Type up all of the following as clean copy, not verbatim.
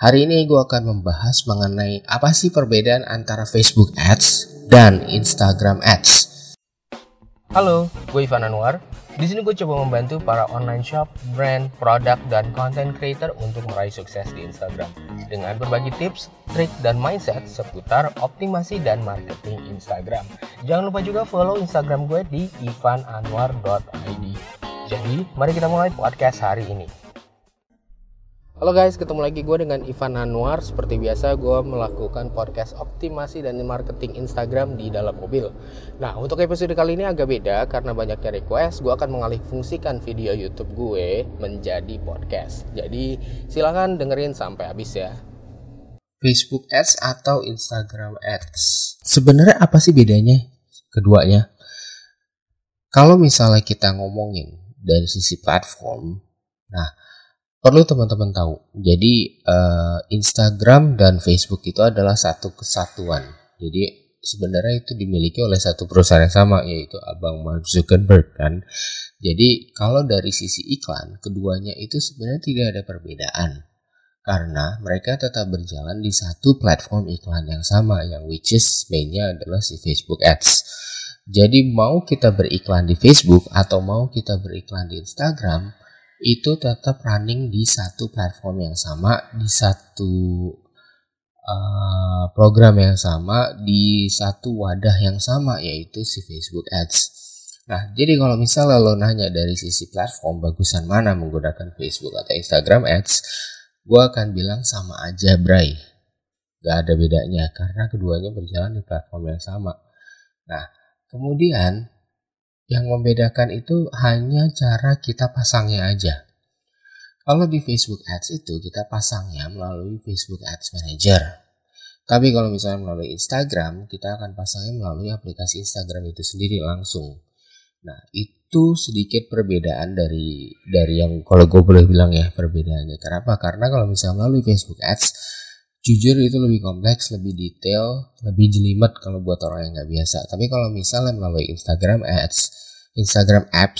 Hari ini gue akan membahas mengenai apa sih perbedaan antara Facebook Ads dan Instagram Ads. Halo, gue Ivan Anwar. Di sini gue coba membantu para online shop, brand, produk, dan content creator untuk meraih sukses di Instagram dengan berbagi tips, trik, dan mindset seputar optimasi dan marketing Instagram. Jangan lupa juga follow Instagram gue di ivananwar.id. Jadi, mari kita mulai podcast hari ini. Halo guys, ketemu lagi gue dengan Ivan Anwar. Seperti biasa gue melakukan podcast optimasi dan marketing Instagram di dalam mobil. Nah, untuk episode kali ini agak beda karena banyaknya request. Gue akan mengalih fungsikan video YouTube gue menjadi podcast. Jadi silahkan dengerin sampai habis ya. Facebook Ads atau Instagram Ads. Sebenarnya apa sih bedanya keduanya? Kalau misalnya kita ngomongin dari sisi platform, nah perlu teman-teman tahu, jadi Instagram dan Facebook itu adalah satu kesatuan. Jadi sebenarnya itu dimiliki oleh satu perusahaan yang sama, yaitu Abang Mark Zuckerberg kan. Jadi kalau dari sisi iklan, keduanya itu sebenarnya tidak ada perbedaan. Karena mereka tetap berjalan di satu platform iklan yang sama, yang which is mainnya adalah si Facebook Ads. Jadi mau kita beriklan di Facebook atau mau kita beriklan di Instagram, itu tetap running di satu platform yang sama, di satu program yang sama, di satu wadah yang sama, yaitu si Facebook Ads. Nah, jadi kalau misalnya lo nanya dari sisi platform bagusan mana menggunakan Facebook atau Instagram Ads, gue akan bilang sama aja bray, gak ada bedanya karena keduanya berjalan di platform yang sama. Nah, kemudian yang membedakan itu hanya cara kita pasangnya aja. Kalau di Facebook Ads itu kita pasangnya melalui Facebook Ads Manager. Tapi kalau misalnya melalui Instagram, kita akan pasangnya melalui aplikasi Instagram itu sendiri langsung. Nah, itu sedikit perbedaan dari yang kalau gue boleh bilang ya perbedaannya. Kenapa? Karena kalau misalnya melalui Facebook Ads, jujur itu lebih kompleks, lebih detail, lebih jelimet kalau buat orang yang nggak biasa. Tapi kalau misalnya melalui Instagram App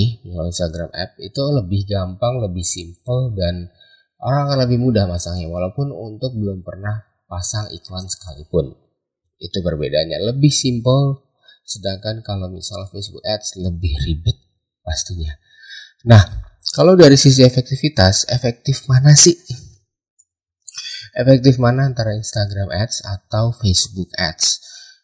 itu lebih gampang, lebih simple, dan orang akan lebih mudah masangnya walaupun untuk belum pernah pasang iklan sekalipun. Itu perbedaannya, lebih simple, sedangkan kalau misalnya Facebook Ads lebih ribet pastinya. Nah, kalau dari sisi efektivitas, efektif mana sih? Efektif mana antara Instagram Ads atau Facebook Ads?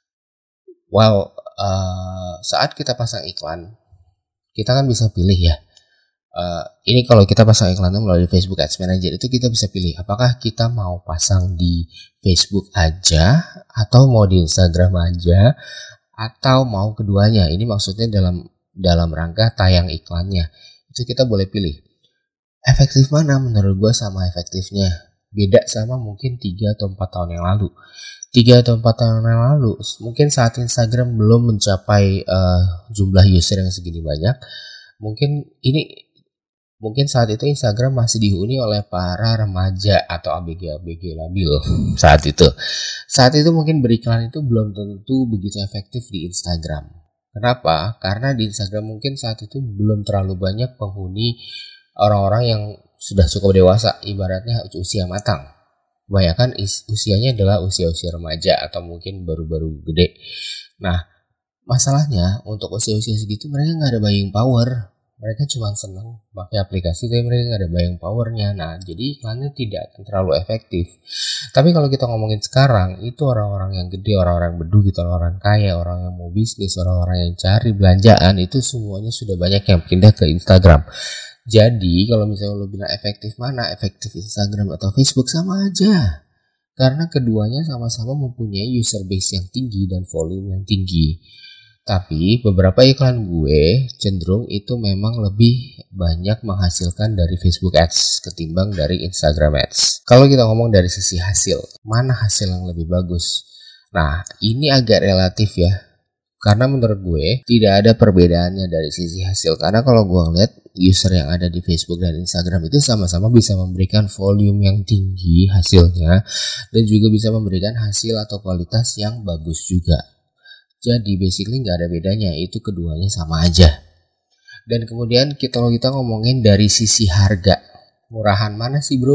Wow, saat kita pasang iklan, kita kan bisa pilih ya. Ini kalau kita pasang iklan melalui Facebook Ads Manager itu kita bisa pilih apakah kita mau pasang di Facebook aja atau mau di Instagram aja atau mau keduanya. Ini maksudnya dalam rangka tayang iklannya. Itu kita boleh pilih. Efektif mana menurut gue sama efektifnya? Beda sama mungkin 3 atau 4 tahun yang lalu. 3 atau 4 tahun yang lalu, mungkin saat Instagram belum mencapai jumlah user yang segini banyak, mungkin saat itu Instagram masih dihuni oleh para remaja atau ABG labil saat itu. Saat itu mungkin beriklan itu belum tentu begitu efektif di Instagram. Kenapa? Karena di Instagram mungkin saat itu belum terlalu banyak penghuni orang-orang yang sudah cukup dewasa, ibaratnya usia matang. Kebanyakan usianya adalah usia-usia remaja atau mungkin baru-baru gede. Nah, masalahnya untuk usia-usia segitu mereka nggak ada buying power. Mereka cuma senang pakai aplikasi tapi mereka nggak ada buying powernya. Nah, jadi iklannya tidak akan terlalu efektif. Tapi kalau kita ngomongin sekarang, itu orang-orang yang gede, orang-orang bedu gitu, orang kaya, orang yang mau bisnis, orang-orang yang cari belanjaan, itu semuanya sudah banyak yang pindah ke Instagram. Jadi kalau misalnya lo bilang efektif mana, efektif Instagram atau Facebook, sama aja. Karena keduanya sama-sama mempunyai user base yang tinggi dan volume yang tinggi. Tapi beberapa iklan gue cenderung itu memang lebih banyak menghasilkan dari Facebook Ads ketimbang dari Instagram Ads. Kalau kita ngomong dari sisi hasil, mana hasil yang lebih bagus? Nah, ini agak relatif ya. Karena menurut gue tidak ada perbedaannya dari sisi hasil. Karena kalau gue ngeliat user yang ada di Facebook dan Instagram itu sama-sama bisa memberikan volume yang tinggi hasilnya. Dan juga bisa memberikan hasil atau kualitas yang bagus juga. Jadi basically gak ada bedanya, itu keduanya sama aja. Dan kemudian kalau kita ngomongin dari sisi harga, murahan mana sih bro?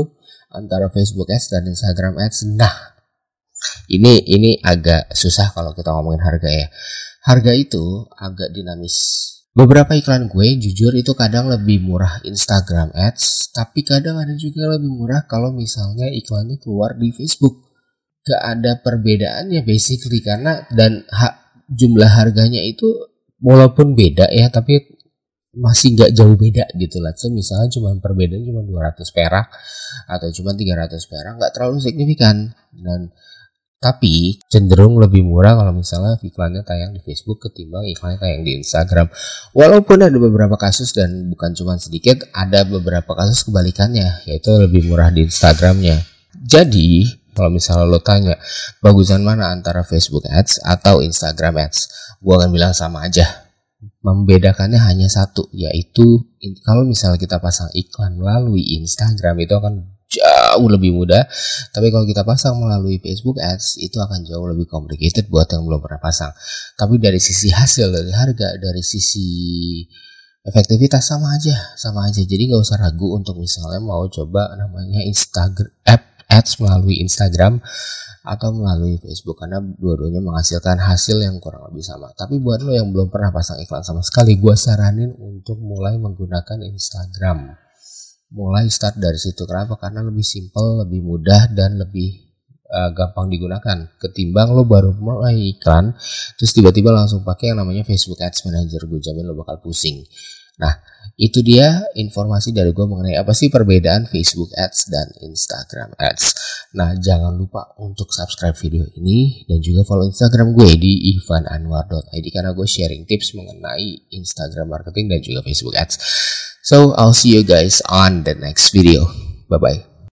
antara Facebook Ads dan Instagram Ads. Nah, ini agak susah kalau kita ngomongin harga ya. Harga itu agak dinamis. Beberapa iklan gue jujur itu kadang lebih murah Instagram Ads, tapi kadang ada juga lebih murah kalau misalnya iklannya keluar di Facebook. Gak ada perbedaannya basically, karena jumlah harganya itu walaupun beda ya, tapi masih gak jauh beda gitu lah. Misalnya perbedaan cuma 200 perak atau cuma 300 perak, gak terlalu signifikan. Tapi cenderung lebih murah kalau misalnya iklannya tayang di Facebook ketimbang iklannya tayang di Instagram. Walaupun ada beberapa kasus, dan bukan cuma sedikit, ada beberapa kasus kebalikannya, yaitu lebih murah di Instagramnya. Jadi kalau misalnya lo tanya bagusan mana antara Facebook Ads atau Instagram Ads, gue akan bilang sama aja. Membedakannya hanya satu, yaitu kalau misalnya kita pasang iklan melalui Instagram itu akan jauh lebih mudah, tapi kalau kita pasang melalui Facebook Ads itu akan jauh lebih complicated buat yang belum pernah pasang. Tapi dari sisi hasil, dari harga, dari sisi efektivitas sama aja. Jadi gak usah ragu untuk misalnya mau coba namanya Instagram Ads melalui Instagram atau melalui Facebook, karena dua-duanya menghasilkan hasil yang kurang lebih sama. Tapi buat lo yang belum pernah pasang iklan sama sekali, gue saranin untuk mulai menggunakan Instagram. Mulai start dari situ. Kenapa? Karena lebih simple, lebih mudah, dan lebih gampang digunakan ketimbang lo baru mulai iklan terus tiba-tiba langsung pakai yang namanya Facebook Ads Manager. Gue jamin lo bakal pusing. Nah, itu dia informasi dari gue mengenai apa sih perbedaan Facebook Ads dan Instagram Ads. Nah, jangan lupa untuk subscribe video ini dan juga follow Instagram gue di ivananwar.id, karena gue sharing tips mengenai Instagram marketing dan juga Facebook Ads. So, I'll see you guys on the next video. Bye-bye.